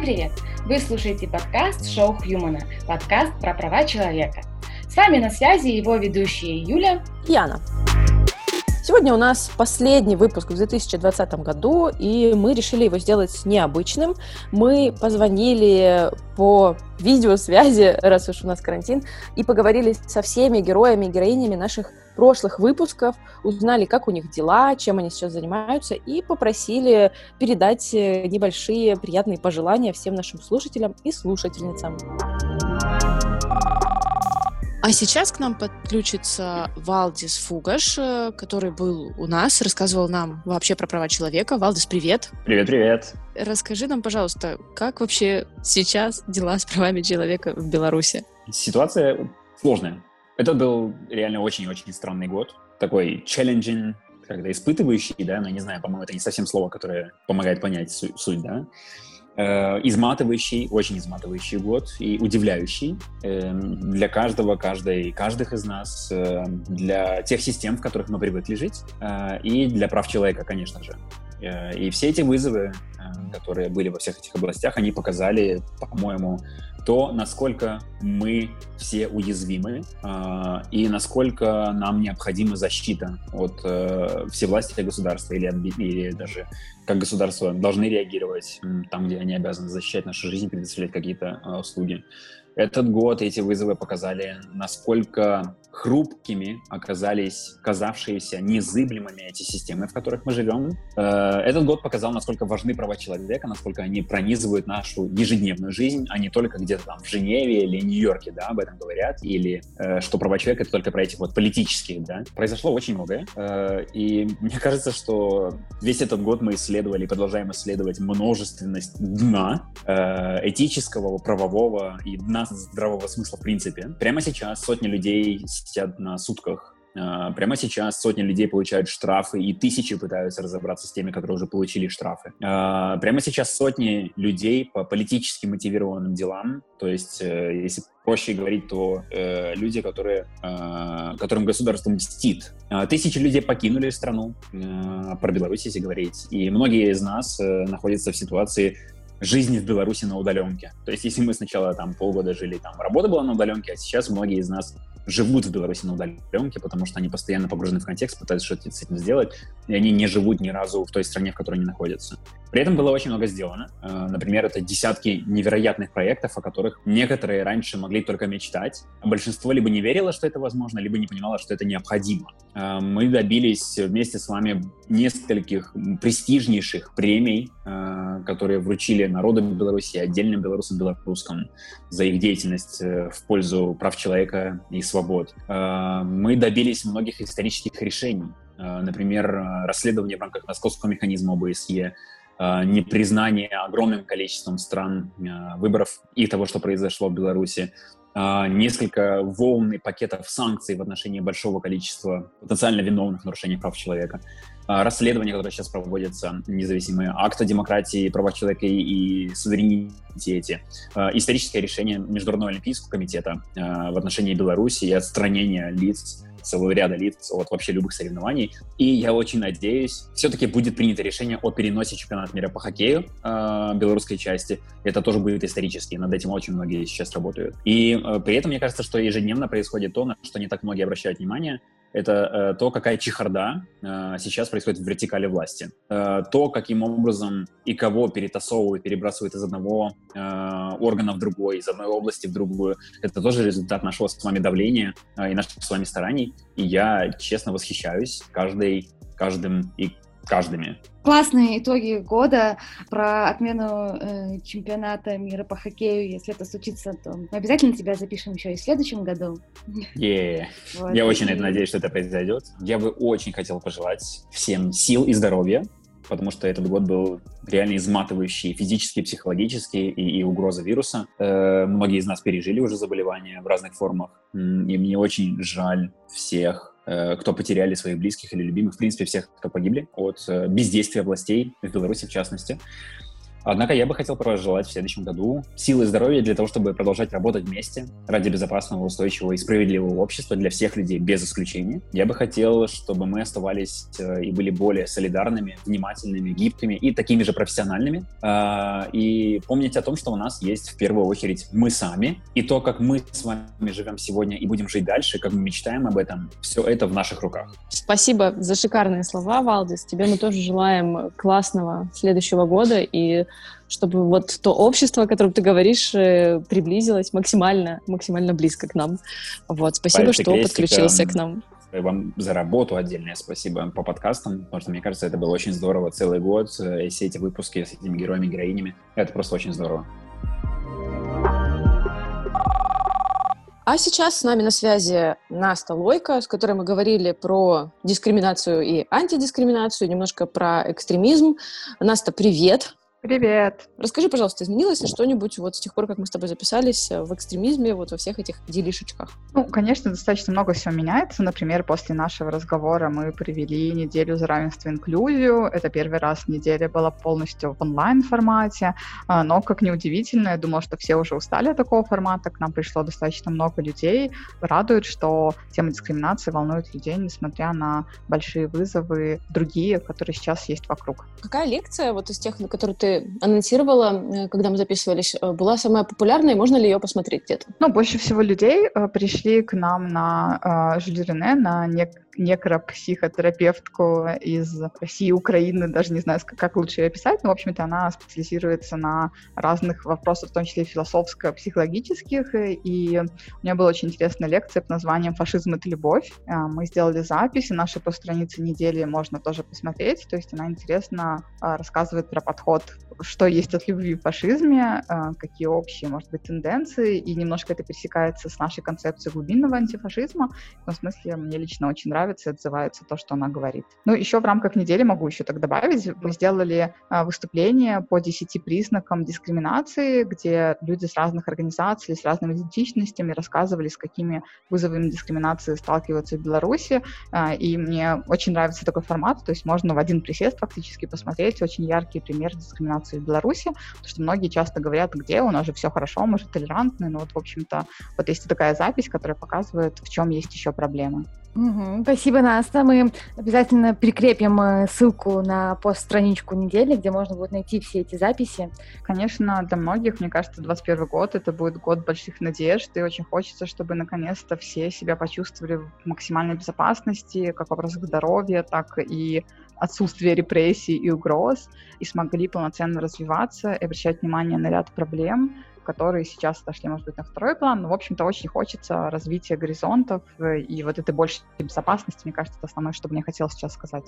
привет! Вы слушаете подкаст «Шоу Хьюмана», подкаст про права человека. С вами на связи его ведущие Юля и Яна. Сегодня у нас последний выпуск в 2020 году, и мы решили его сделать необычным. Мы позвонили по видеосвязи, раз уж у нас карантин, и поговорили со всеми героями и героинями наших прошлых выпусков, узнали, как у них дела, чем они сейчас занимаются, и попросили передать небольшие приятные пожелания всем нашим слушателям и слушательницам. А сейчас к нам подключится Валдис Фугаш, который был у нас, рассказывал нам вообще про права человека. Валдис, привет! Привет-привет! Расскажи нам, пожалуйста, как вообще сейчас дела с правами человека в Беларуси? Ситуация сложная. Это был реально очень-очень странный год. Такой challenging, когда испытывающий, да, но не знаю, по-моему, это не совсем слово, которое помогает понять суть, да. Изматывающий, очень изматывающий год и удивляющий для каждых из нас, для тех систем, в которых мы привыкли жить, и для прав человека, конечно же. И все эти вызовы, которые были во всех этих областях, они показали, по-моему, то, насколько мы все уязвимы и насколько нам необходима защита от всевластия государства или даже как государство должны реагировать там, где они обязаны защищать нашу жизнь, предоставлять какие-то услуги. Этот год эти вызовы показали, насколько хрупкими оказались казавшиеся незыблемыми эти системы, в которых мы живем. Этот год показал, насколько важны права человека, насколько они пронизывают нашу ежедневную жизнь, а не только где-то там в Женеве или Нью-Йорке, да, об этом говорят, или что права человека — это только про этих вот политические, да. Произошло очень многое, и мне кажется, что весь этот год мы исследовали и продолжаем исследовать множественность дна этического, правового и дна здравого смысла в принципе. Прямо сейчас сотни людей сидят на сутках. Прямо сейчас сотни людей получают штрафы, и тысячи пытаются разобраться с теми, которые уже получили штрафы. Прямо сейчас сотни людей по политически мотивированным делам, то есть, если проще говорить, то люди, которым государство мстит. Тысячи людей покинули страну, про Беларусь, если говорить, и многие из нас находятся в ситуации жизни в Беларуси на удаленке. То есть, если мы сначала там полгода жили, там работа была на удаленке, а сейчас многие из нас живут в Беларуси на удаленке, потому что они постоянно погружены в контекст, пытаются что-то с этим сделать, и они не живут ни разу в той стране, в которой они находятся. При этом было очень много сделано. Например, это десятки невероятных проектов, о которых некоторые раньше могли только мечтать. Большинство либо не верило, что это возможно, либо не понимало, что это необходимо. Мы добились вместе с вами нескольких престижнейших премий, которые вручили народу Беларуси и отдельным белорусам за их деятельность в пользу прав человека и свобод. Мы добились многих исторических решений. Например, расследование в рамках Московского механизма ОБСЕ, непризнание огромным количеством стран выборов и того, что произошло в Беларуси, несколько волн и пакетов санкций в отношении большого количества потенциально виновных в нарушении прав человека, расследования, которые сейчас проводятся, независимые акты демократии, права человека и суверенитете, историческое решение Международного олимпийского комитета в отношении Беларуси и отстранение целого ряда лиц от вообще любых соревнований. И я очень надеюсь, все-таки будет принято решение о переносе чемпионата мира по хоккею белорусской части. Это тоже будет исторически. Над этим очень многие сейчас работают. И при этом, мне кажется, что ежедневно происходит то, на что не так многие обращают внимание. Это то, какая чехарда сейчас происходит в вертикали власти. То, каким образом и кого перетасовывают, перебрасывают из одного органа в другой, из одной области в другую. Это тоже результат нашего с вами давления и наших с вами стараний. И я, честно, восхищаюсь каждым и каждыми. Классные итоги года. Про отмену чемпионата мира по хоккею, если это случится, то мы обязательно тебя запишем еще и в следующем году. Вот. Я очень надеюсь, что это произойдет. Я бы очень хотел пожелать всем сил и здоровья, потому что этот год был реально изматывающий физически, психологически и угроза вируса. Многие из нас пережили уже заболевания в разных формах, и мне очень жаль всех, кто потеряли своих близких или любимых, в принципе, всех, кто погибли от бездействия властей, в Беларуси в частности. Однако я бы хотел пожелать в следующем году силы и здоровья для того, чтобы продолжать работать вместе ради безопасного, устойчивого и справедливого общества для всех людей без исключения. Я бы хотел, чтобы мы оставались и были более солидарными, внимательными, гибкими и такими же профессиональными. И помнить о том, что у нас есть в первую очередь мы сами, и то, как мы с вами живем сегодня и будем жить дальше, как мы мечтаем об этом, все это в наших руках. Спасибо за шикарные слова, Валдис. Тебе мы тоже желаем классного следующего года, и чтобы вот то общество, о котором ты говоришь, приблизилось максимально близко к нам. Вот, спасибо, Пальцы что крестиком. подключился к нам. Вам за работу отдельное спасибо по подкастам, потому что, мне кажется, это было очень здорово целый год, и все эти выпуски с этими героями, героинями. Это просто очень здорово. А сейчас с нами на связи Наста Лойко, с которой мы говорили про дискриминацию и антидискриминацию, немножко про экстремизм. Наста, привет! Привет! Расскажи, пожалуйста, изменилось ли что-нибудь вот с тех пор, как мы с тобой записались в экстремизме, вот во всех этих делишечках? Конечно, достаточно много всего меняется. Например, после нашего разговора мы провели неделю за равенство и инклюзию. Это первый раз неделя была полностью в онлайн-формате. Но, как ни удивительно, я думала, что все уже устали от такого формата. К нам пришло достаточно много людей. Радует, что тема дискриминации волнует людей, несмотря на большие вызовы другие, которые сейчас есть вокруг. Какая лекция вот из тех, которые ты анонсировала, когда мы записывались, была самая популярная, и можно ли ее посмотреть где-то? Больше всего людей пришли к нам на Жюль Рене, на некропсихотерапевтку из России, Украины, даже не знаю, как лучше ее описать, но, в общем-то, она специализируется на разных вопросах, в том числе философско-психологических, и у меня была очень интересная лекция под названием «Фашизм — это любовь». Мы сделали запись, и наши по странице недели можно тоже посмотреть, то есть она интересно рассказывает про подход, что есть от любви в фашизме, какие общие, может быть, тенденции, и немножко это пересекается с нашей концепцией глубинного антифашизма. В том смысле, мне лично очень нравится и отзывается то, что она говорит. Еще в рамках недели могу еще так добавить. Мы сделали выступление по 10 признакам дискриминации, где люди с разных организаций, с разными идентичностями рассказывали, с какими вызовами дискриминации сталкиваются в Беларуси. И мне очень нравится такой формат, то есть можно в один присест фактически посмотреть очень яркий пример дискриминации в Беларуси, потому что многие часто говорят, где у нас же все хорошо, мы же толерантны, но в общем-то, есть такая запись, которая показывает, в чем есть еще проблемы. Спасибо, Наста. Мы обязательно прикрепим ссылку на постстраничку недели, где можно будет найти все эти записи. Конечно, для многих, мне кажется, 2021 год — это будет год больших надежд, и очень хочется, чтобы наконец-то все себя почувствовали в максимальной безопасности, как в вопросах здоровья, так и отсутствия репрессий и угроз, и смогли полноценно развиваться и обращать внимание на ряд проблем, которые сейчас отошли, может быть, на второй план. Но, в общем-то, очень хочется развития горизонтов и вот этой большей безопасности. Мне кажется, это основное, что мне хотелось сейчас сказать.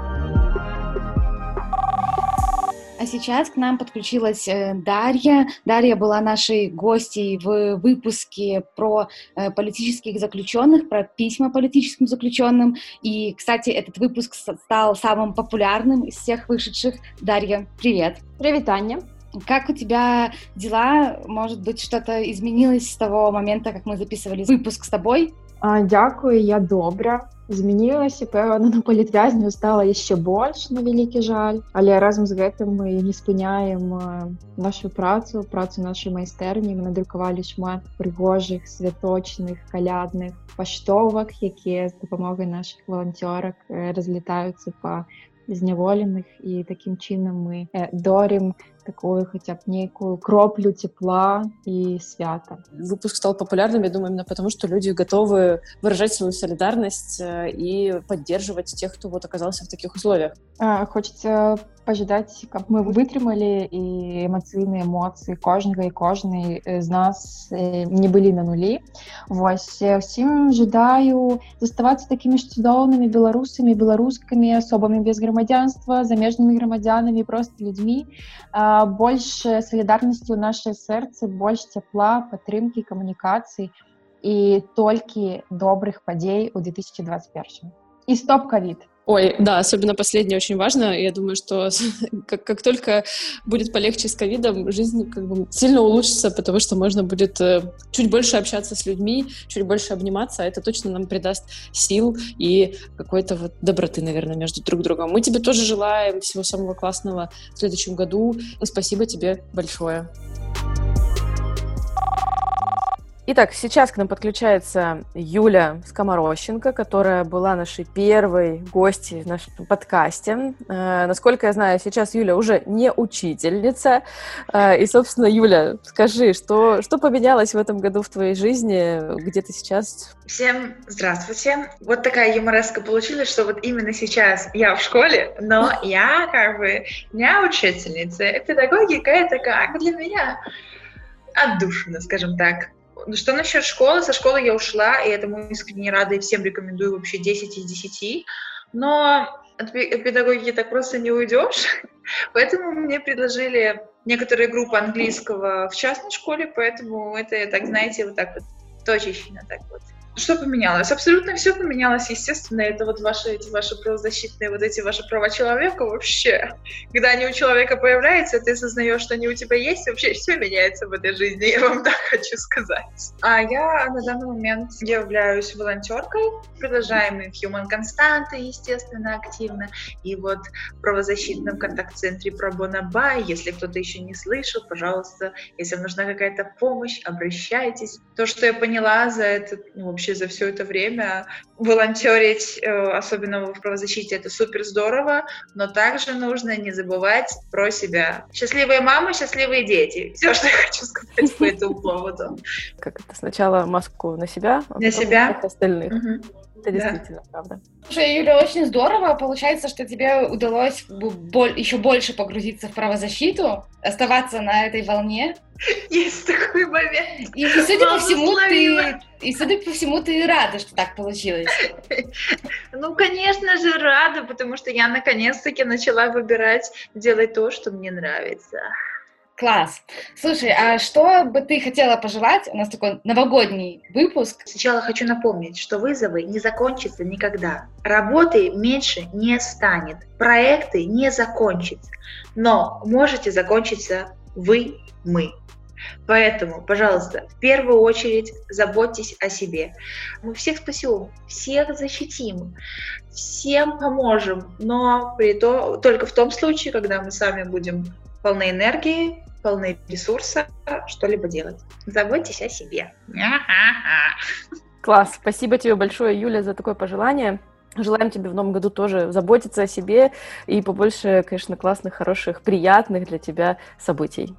А сейчас к нам подключилась Дарья. Дарья была нашей гостьей в выпуске про политических заключенных, про письма политическим заключенным. И, кстати, этот выпуск стал самым популярным из всех вышедших. Дарья, привет. Привет, Аня. Как у тебя дела? Может быть, что-то изменилось с того момента, как мы записывали выпуск с тобой? Дякую, я добра. Змінилася, певно, на політв'язню стало ще більше, на великий жаль. Але разом з гэтым мы не спыняем нашу працу нашай майстэрні. Мы надрукавалі шмат прыгожых, святочных, калядных паштовак, якія з дапамогай наших валанцёрак разлетаюцца па зняволеных, і таким чынам мы дорим такую хотя бы некую кроплю тепла и свята. Выпуск стал популярным, я думаю, именно потому, что люди готовы выражать свою солидарность и поддерживать тех, кто вот оказался в таких условиях. Хочется пожадать, каб мы вытрымалі і эмацыйныя эмоцыі кожнага і кожнай з нас не былі на нулі. Всім жадаю заставацца такімі ж цудоўнымі беларусамі, беларускамі, асобамі без грамадзянства, замежнымі грамадзянамі, просто людзьмі. Больше солидарности в наше сердце, больше тепла, падтрымкі, камунікацый і толькі добрых падзей у 2021. І стоп ковід. Ой, да, особенно последнее очень важно. Я думаю, что как только будет полегче с ковидом, жизнь как бы сильно улучшится, потому что можно будет чуть больше общаться с людьми, чуть больше обниматься, а это точно нам придаст сил и какой-то вот доброты, наверное, между друг другом. Мы тебе тоже желаем всего самого классного в следующем году. Спасибо тебе большое. Итак, сейчас к нам подключается Юля Скоморощенко, которая была нашей первой гостьей в нашем подкасте. Насколько я знаю, сейчас Юля уже не учительница. И, собственно, Юля, скажи, что поменялось в этом году в твоей жизни? Где ты сейчас? Всем здравствуйте. Вот такая юмореска получилась, что вот именно сейчас я в школе, но я как бы не учительница. Педагогика — это как для меня отдушина, скажем так. Что насчет школы? Со школы я ушла, и этому искренне рада, и всем рекомендую вообще 10 из 10. Но от педагогики так просто не уйдешь. Поэтому мне предложили некоторые группы английского в частной школе, поэтому это, так знаете, вот так вот точечно так вот. Что поменялось? Абсолютно все поменялось, естественно. Это вот ваши правозащитные, вот эти ваши права человека вообще. Когда они у человека появляются, ты осознаешь, что они у тебя есть, вообще все меняется в этой жизни, я вам так хочу сказать. А я на данный момент являюсь волонтеркой, продолжаем в Human Constante, естественно, активно, и вот в правозащитном контакт-центре Pro Bono Buy. Если кто-то еще не слышал, пожалуйста, если вам нужна какая-то помощь, обращайтесь. То, что я поняла за это, вообще за все это время, волонтерить, особенно в правозащите, это супер здорово, но также нужно не забывать про себя. Счастливые мамы, счастливые дети. Все, что я хочу сказать по этому поводу. Как это? Сначала маску на себя, а на себя, остальных. Это действительно правда. Слушай, Юля, очень здорово. Получается, что тебе удалось еще больше погрузиться в правозащиту, оставаться на этой волне. Есть такой момент. И судя по всему, ты рада, что так получилось. Ну, конечно же, рада, потому что я наконец-таки начала выбирать делать то, что мне нравится. Класс. Слушай, а что бы ты хотела пожелать? У нас такой новогодний выпуск. Сначала хочу напомнить, что вызовы не закончатся никогда. Работы меньше не станет. Проекты не закончатся. Но можете закончиться вы, мы. Поэтому, пожалуйста, в первую очередь заботьтесь о себе. Мы всех спасем, всех защитим, всем поможем, но только в том случае, когда мы сами будем полны энергии, полны ресурса, что-либо делать. Заботьтесь о себе. Класс. Спасибо тебе большое, Юля, за такое пожелание. Желаем тебе в новом году тоже заботиться о себе и побольше, конечно, классных, хороших, приятных для тебя событий.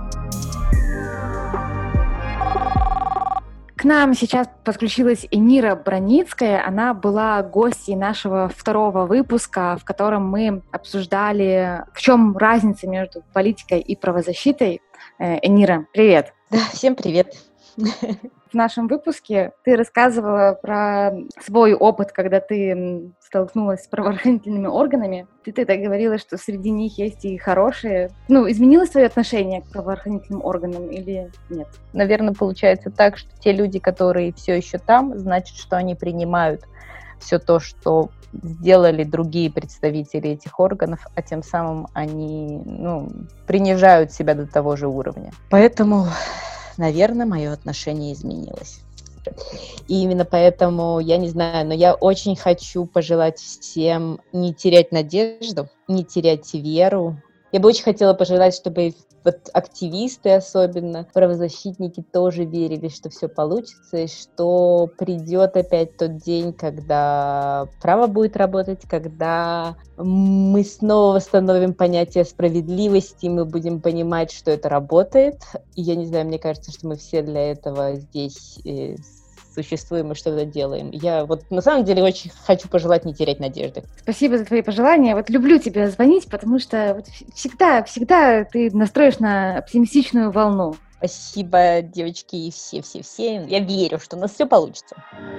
К нам сейчас подключилась Энира Броницкая. Она была гостьей нашего второго выпуска, в котором мы обсуждали, в чем разница между политикой и правозащитой. Энира, привет! Да, всем привет! В нашем выпуске ты рассказывала про свой опыт, когда ты столкнулась с правоохранительными органами. Ты тогда говорила, что среди них есть и хорошие. Изменилось твое отношение к правоохранительным органам или нет? Наверное, получается так, что те люди, которые все еще там, значит, что они принимают все то, что сделали другие представители этих органов, а тем самым они принижают себя до того же уровня. Поэтому, наверное, мое отношение изменилось. И именно поэтому, я не знаю, но я очень хочу пожелать всем не терять надежду, не терять веру. Я бы очень хотела пожелать, чтобы активисты, особенно правозащитники, тоже верили, что все получится, и что придет опять тот день, когда право будет работать, когда мы снова восстановим понятие справедливости, мы будем понимать, что это работает. И я не знаю, мне кажется, что мы все для этого здесь существуем и что-то делаем. Я на самом деле очень хочу пожелать не терять надежды. Спасибо за твои пожелания. Люблю тебя звонить, потому что всегда ты настроишь на оптимистичную волну. Спасибо, девочки, и все. Я верю, что у нас все получится.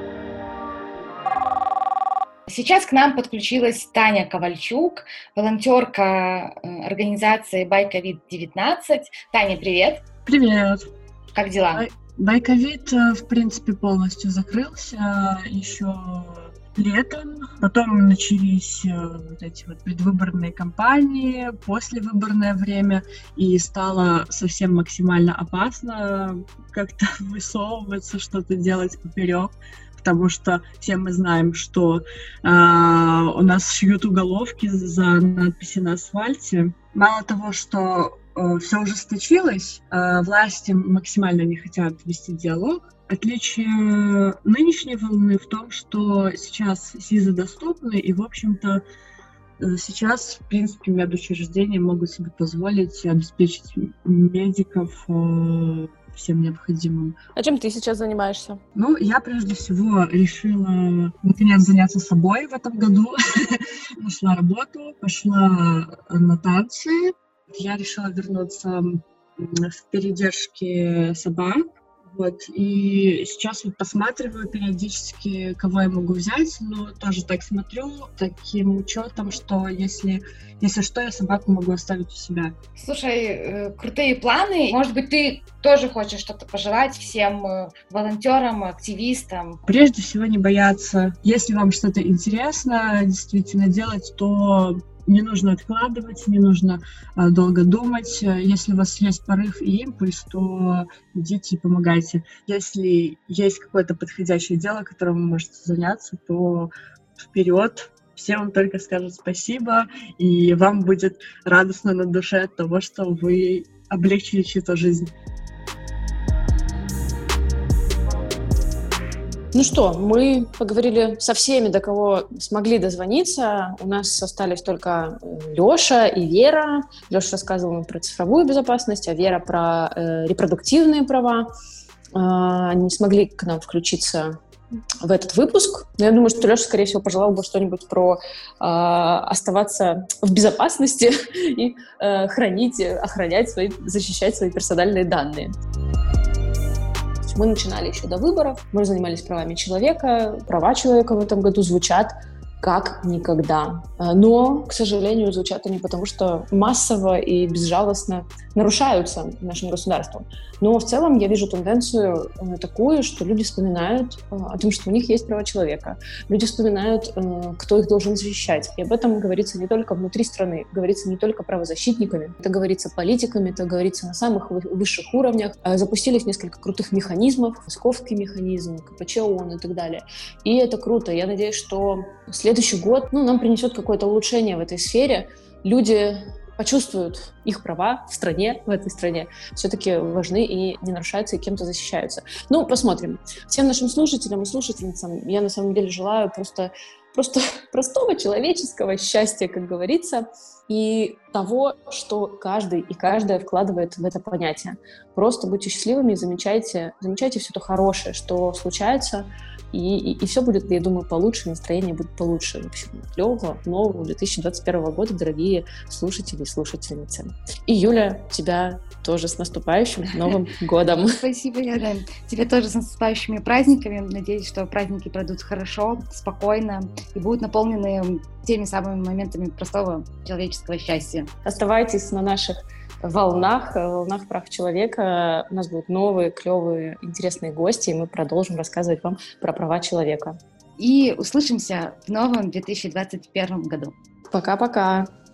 Сейчас к нам подключилась Таня Ковальчук, волонтерка организации Buy COVID-19. Таня, привет! Привет! Как дела? Buy COVID, в принципе, полностью закрылся еще летом, потом начались вот эти вот предвыборные кампании, послевыборное время, и стало совсем максимально опасно как-то высовываться, что-то делать поперек, потому что все мы знаем, что у нас шьют уголовки за надписи на асфальте. Мало того, что все ужесточилось, власти максимально не хотят вести диалог. Отличие нынешней волны в том, что сейчас СИЗы доступны, и, в общем-то, сейчас, в принципе, медучреждения могут себе позволить обеспечить медиков всем необходимым. А чем ты сейчас занимаешься? Ну, я прежде всего решила, наконец, заняться собой в этом году. Нашла работу, пошла на танцы. Я решила вернуться в передержке собак. Вот. И сейчас вот посматриваю периодически, кого я могу взять, но тоже так смотрю, таким учетом, что если что, я собаку могу оставить у себя. Слушай, крутые планы. Может быть, ты тоже хочешь что-то пожелать всем волонтерам, активистам? Прежде всего не бояться. Если вам что-то интересно действительно делать, то не нужно откладывать, не нужно долго думать. Если у вас есть порыв и импульс, то идите и помогайте. Если есть какое-то подходящее дело, которым вы можете заняться, то вперед. Все вам только скажут спасибо, и вам будет радостно на душе от того, что вы облегчили чью-то жизнь. Ну что, мы поговорили со всеми, до кого смогли дозвониться. У нас остались только Леша и Вера. Леша рассказывал про цифровую безопасность, а Вера про репродуктивные права. Они не смогли к нам включиться в этот выпуск. Но я думаю, что Леша, скорее всего, пожелал бы что-нибудь про оставаться в безопасности и охранять защищать свои персональные данные. Мы начинали еще до выборов, мы занимались правами человека. Права человека в этом году звучат как никогда. Но, к сожалению, звучат они потому, что массово и безжалостно нарушаются нашим государством. Но в целом я вижу тенденцию такую, что люди вспоминают о том, что у них есть права человека. Люди вспоминают, кто их должен защищать. И об этом говорится не только внутри страны, говорится не только правозащитниками, это говорится политиками, это говорится на самых высших уровнях. Запустились несколько крутых механизмов, московский механизм, КПЧ ООН и так далее. И это круто. Я надеюсь, что следующий год нам принесет какое-то улучшение в этой сфере. Люди почувствуют их права в этой стране, все-таки важны и не нарушаются, и кем-то защищаются. Посмотрим. Всем нашим слушателям и слушательницам я на самом деле желаю просто простого человеческого счастья, как говорится, и того, что каждый и каждая вкладывает в это понятие. Просто будьте счастливыми, замечайте все то хорошее, что случается, и все будет, я думаю, получше, настроение будет получше. В общем, клевого нового 2021 года, дорогие слушатели и слушательницы. И, Юля, тебя тоже с наступающим Новым годом. Спасибо, Яна. Тебя тоже с наступающими праздниками. Надеюсь, что праздники пройдут хорошо, спокойно и будут наполнены теми самыми моментами простого человеческого счастья. Оставайтесь на наших волнах прав человека. У нас будут новые, клевые, интересные гости, и мы продолжим рассказывать вам про права человека. И услышимся в новом 2021 году. Пока-пока!